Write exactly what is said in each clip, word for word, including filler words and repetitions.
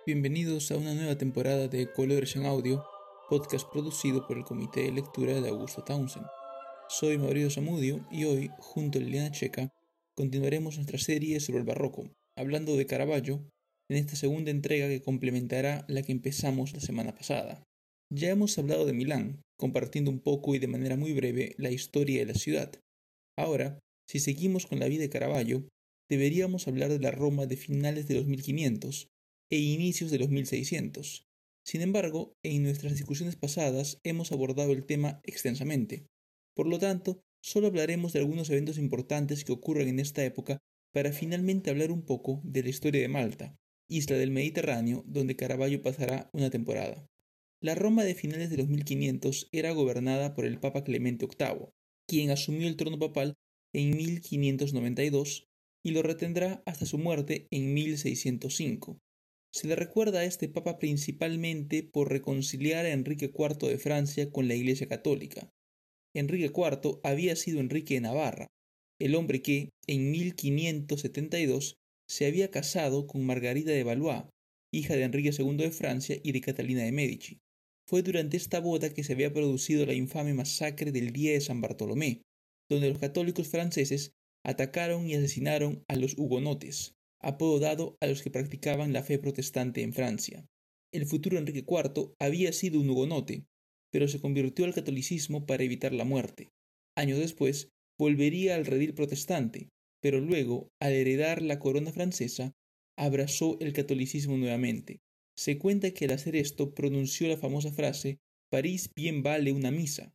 Bienvenidos a una nueva temporada de Colores en Audio, podcast producido por el Comité de Lectura de Augusto Townsend. Soy Mauricio Zamudio y hoy, junto a Liliana Checa, continuaremos nuestra serie sobre el barroco, hablando de Caravaggio, en esta segunda entrega que complementará la que empezamos la semana pasada. Ya hemos hablado de Milán, compartiendo un poco y de manera muy breve la historia de la ciudad. Ahora, si seguimos con la vida de Caravaggio, deberíamos hablar de la Roma de finales de los mil quinientos e inicios de los mil seiscientos. Sin embargo, en nuestras discusiones pasadas hemos abordado el tema extensamente. Por lo tanto, solo hablaremos de algunos eventos importantes que ocurren en esta época para finalmente hablar un poco de la historia de Malta, isla del Mediterráneo donde Caravaggio pasará una temporada. La Roma de finales de los mil quinientos era gobernada por el Papa Clemente octavo, quien asumió el trono papal en mil quinientos noventa y dos y lo retendrá hasta su muerte en mil seiscientos cinco. Se le recuerda a este papa principalmente por reconciliar a Enrique cuarto de Francia con la Iglesia Católica. Enrique cuarto había sido Enrique de Navarra, el hombre que, en mil quinientos setenta y dos, se había casado con Margarita de Valois, hija de Enrique segundo de Francia y de Catalina de Medici. Fue durante esta boda que se había producido la infame masacre del Día de San Bartolomé, donde los católicos franceses atacaron y asesinaron a los hugonotes, apodo dado a los que practicaban la fe protestante en Francia. El futuro Enrique cuarto había sido un hugonote, pero se convirtió al catolicismo para evitar la muerte. Años después, volvería al redil protestante, pero luego, al heredar la corona francesa, abrazó el catolicismo nuevamente. Se cuenta que al hacer esto pronunció la famosa frase «París bien vale una misa».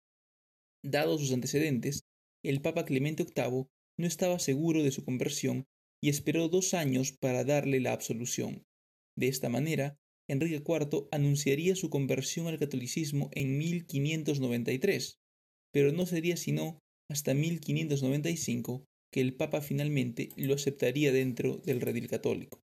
Dados sus antecedentes, el Papa Clemente octavo no estaba seguro de su conversión y esperó dos años para darle la absolución. De esta manera, Enrique cuarto anunciaría su conversión al catolicismo en mil quinientos noventa y tres, pero no sería sino hasta mil quinientos noventa y cinco que el Papa finalmente lo aceptaría dentro del redil católico.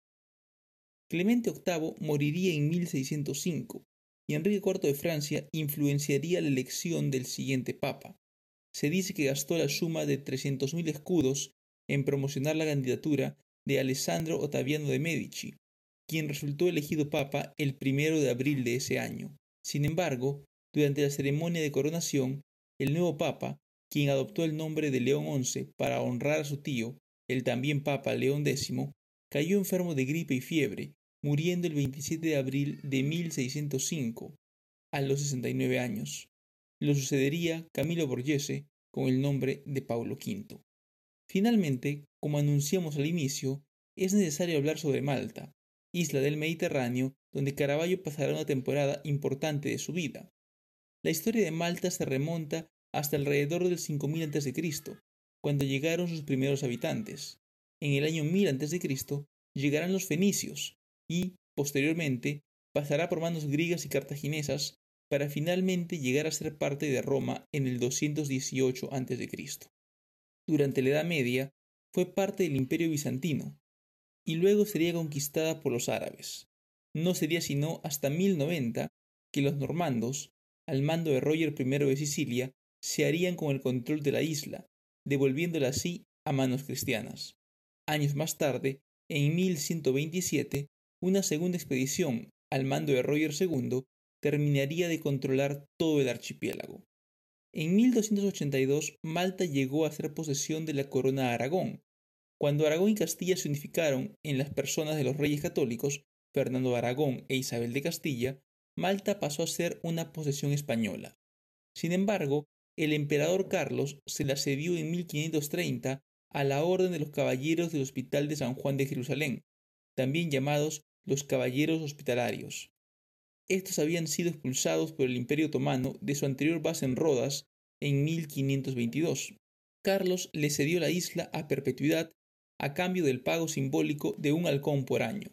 Clemente octavo moriría en mil seiscientos cinco y Enrique cuarto de Francia influenciaría la elección del siguiente Papa. Se dice que gastó la suma de trescientos mil escudos en promocionar la candidatura de Alessandro Ottaviano de Medici, quien resultó elegido papa el primero de abril de ese año. Sin embargo, durante la ceremonia de coronación, el nuevo papa, quien adoptó el nombre de León once para honrar a su tío, el también papa León décimo, cayó enfermo de gripe y fiebre, muriendo el veintisiete de abril de mil seiscientos cinco, a los sesenta y nueve años. Lo sucedería Camilo Borghese con el nombre de Paulo quinto. Finalmente, como anunciamos al inicio, es necesario hablar sobre Malta, isla del Mediterráneo donde Caravaggio pasará una temporada importante de su vida. La historia de Malta se remonta hasta alrededor del cinco mil antes de Cristo, cuando llegaron sus primeros habitantes. En el año mil antes de Cristo llegarán los fenicios y, posteriormente, pasará por manos griegas y cartaginesas para finalmente llegar a ser parte de Roma en el doscientos dieciocho antes de Cristo. Durante la Edad Media fue parte del Imperio Bizantino y luego sería conquistada por los árabes. No sería sino hasta mil noventa que los normandos, al mando de Roger primero de Sicilia, se harían con el control de la isla, devolviéndola así a manos cristianas. Años más tarde, en mil ciento veintisiete, una segunda expedición, al mando de Roger segundo, terminaría de controlar todo el archipiélago. En mil doscientos ochenta y dos, Malta llegó a ser posesión de la corona de Aragón. Cuando Aragón y Castilla se unificaron en las personas de los reyes católicos, Fernando de Aragón e Isabel de Castilla, Malta pasó a ser una posesión española. Sin embargo, el emperador Carlos se la cedió en mil quinientos treinta a la Orden de los Caballeros del Hospital de San Juan de Jerusalén, también llamados los Caballeros Hospitalarios. Estos habían sido expulsados por el Imperio Otomano de su anterior base en Rodas en mil quinientos veintidós. Carlos le cedió la isla a perpetuidad a cambio del pago simbólico de un halcón por año.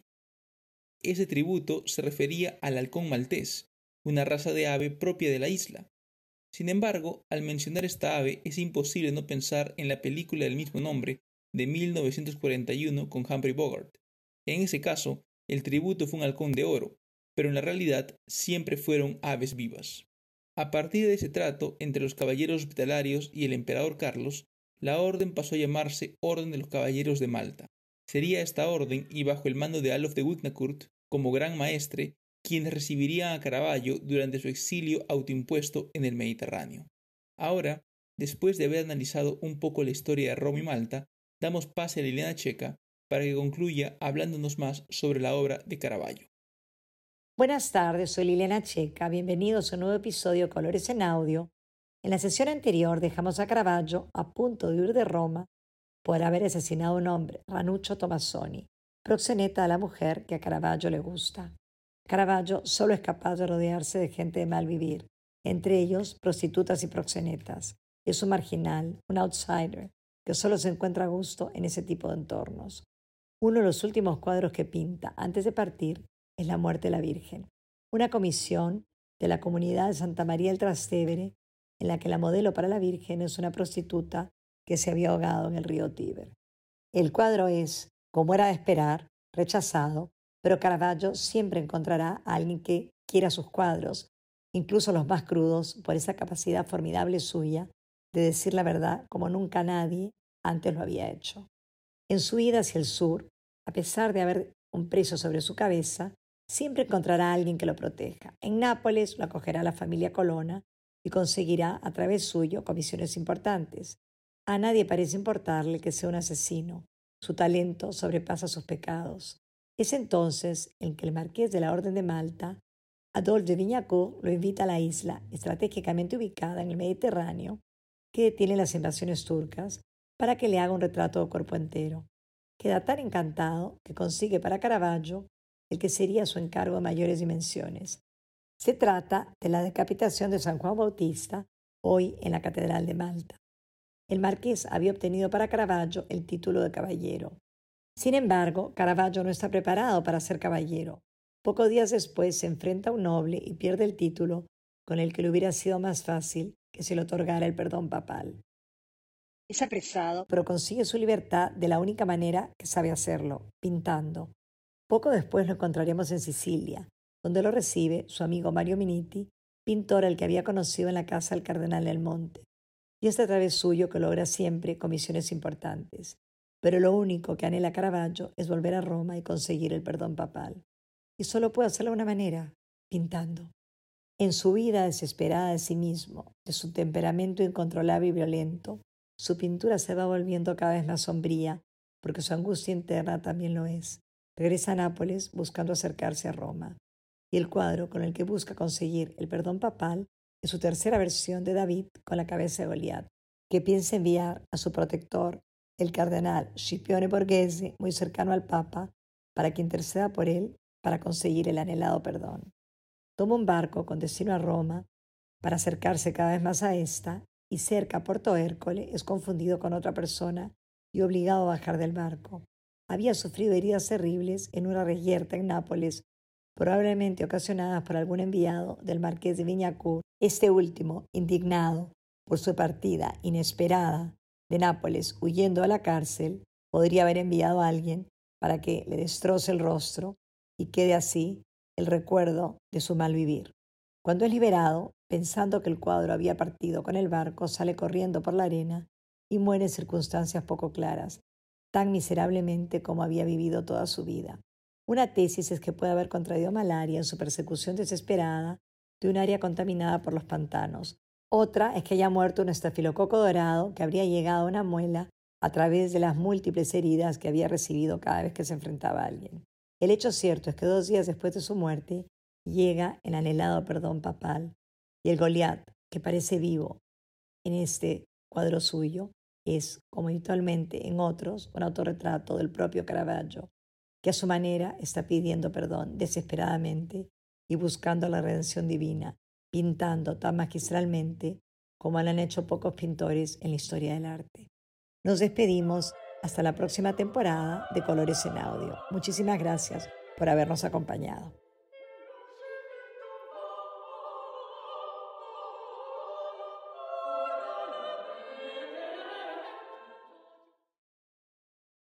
Ese tributo se refería al halcón maltés, una raza de ave propia de la isla. Sin embargo, al mencionar esta ave es imposible no pensar en la película del mismo nombre de mil novecientos cuarenta y uno con Humphrey Bogart. En ese caso, el tributo fue un halcón de oro, pero en la realidad siempre fueron aves vivas. A partir de ese trato entre los caballeros hospitalarios y el emperador Carlos, la orden pasó a llamarse Orden de los Caballeros de Malta. Sería esta orden, y bajo el mando de Alof de Wignacourt, como gran maestre, quienes recibirían a Caravaggio durante su exilio autoimpuesto en el Mediterráneo. Ahora, después de haber analizado un poco la historia de Roma y Malta, damos pase a Liliana Checa para que concluya hablándonos más sobre la obra de Caravaggio. Buenas tardes, soy Liliana Checa. Bienvenidos a un nuevo episodio de Colores en Audio. En la sesión anterior dejamos a Caravaggio a punto de huir de Roma por haber asesinado a un hombre, Ranuccio Tomassoni, proxeneta de la mujer que a Caravaggio le gusta. Caravaggio solo es capaz de rodearse de gente de mal vivir, entre ellos prostitutas y proxenetas. Es un marginal, un outsider, que solo se encuentra a gusto en ese tipo de entornos. Uno de los últimos cuadros que pinta antes de partir es La muerte de la Virgen, una comisión de la comunidad de Santa María del Trastevere, en la que la modelo para la Virgen es una prostituta que se había ahogado en el río Tíber. El cuadro es, como era de esperar, rechazado, pero Caravaggio siempre encontrará a alguien que quiera sus cuadros, incluso los más crudos, por esa capacidad formidable suya de decir la verdad como nunca nadie antes lo había hecho. En su ida hacia el sur, a pesar de haber un precio sobre su cabeza, siempre encontrará a alguien que lo proteja. En Nápoles lo acogerá la familia Colonna y conseguirá a través suyo comisiones importantes. A nadie parece importarle que sea un asesino. Su talento sobrepasa sus pecados. Es entonces en que el marqués de la Orden de Malta, Adolphe de Vignacourt, lo invita a la isla, estratégicamente ubicada en el Mediterráneo, que detiene las invasiones turcas, para que le haga un retrato de cuerpo entero. Queda tan encantado que consigue para Caravaggio el que sería su encargo de mayores dimensiones. Se trata de la decapitación de San Juan Bautista, hoy en la Catedral de Malta. El marqués había obtenido para Caravaggio el título de caballero. Sin embargo, Caravaggio no está preparado para ser caballero. Pocos días después se enfrenta a un noble y pierde el título, con el que le hubiera sido más fácil que se le otorgara el perdón papal. Es apresado, pero consigue su libertad de la única manera que sabe hacerlo, pintando. Poco después lo encontraremos en Sicilia, donde lo recibe su amigo Mario Miniti, pintor al que había conocido en la casa del cardenal del Monte. Y es a través suyo que logra siempre comisiones importantes. Pero lo único que anhela Caravaggio es volver a Roma y conseguir el perdón papal. Y solo puede hacerlo de una manera, pintando. En su vida desesperada de sí mismo, de su temperamento incontrolable y violento, su pintura se va volviendo cada vez más sombría, porque su angustia interna también lo es. Regresa a Nápoles buscando acercarse a Roma. Y el cuadro con el que busca conseguir el perdón papal es su tercera versión de David con la cabeza de Goliat, que piensa enviar a su protector, el cardenal Scipione Borghese, muy cercano al Papa, para que interceda por él para conseguir el anhelado perdón. Toma un barco con destino a Roma para acercarse cada vez más a esta, y cerca a Porto Ercole es confundido con otra persona y obligado a bajar del barco. Había sufrido heridas terribles en una reyerta en Nápoles, probablemente ocasionadas por algún enviado del marqués de Vignacourt. Este último, indignado por su partida inesperada de Nápoles huyendo a la cárcel, podría haber enviado a alguien para que le destroce el rostro y quede así el recuerdo de su mal vivir. Cuando es liberado, pensando que el cuadro había partido con el barco, sale corriendo por la arena y muere en circunstancias poco claras, tan miserablemente como había vivido toda su vida. Una tesis es que puede haber contraído malaria en su persecución desesperada de un área contaminada por los pantanos. Otra es que haya muerto un estafilococo dorado que habría llegado a una muela a través de las múltiples heridas que había recibido cada vez que se enfrentaba a alguien. El hecho cierto es que dos días después de su muerte llega el anhelado perdón papal, y el Goliat, que parece vivo en este cuadro suyo, es, como habitualmente en otros, un autorretrato del propio Caravaggio, que a su manera está pidiendo perdón desesperadamente y buscando la redención divina, pintando tan magistralmente como lo han hecho pocos pintores en la historia del arte. Nos despedimos hasta la próxima temporada de Colores en Audio. Muchísimas gracias por habernos acompañado.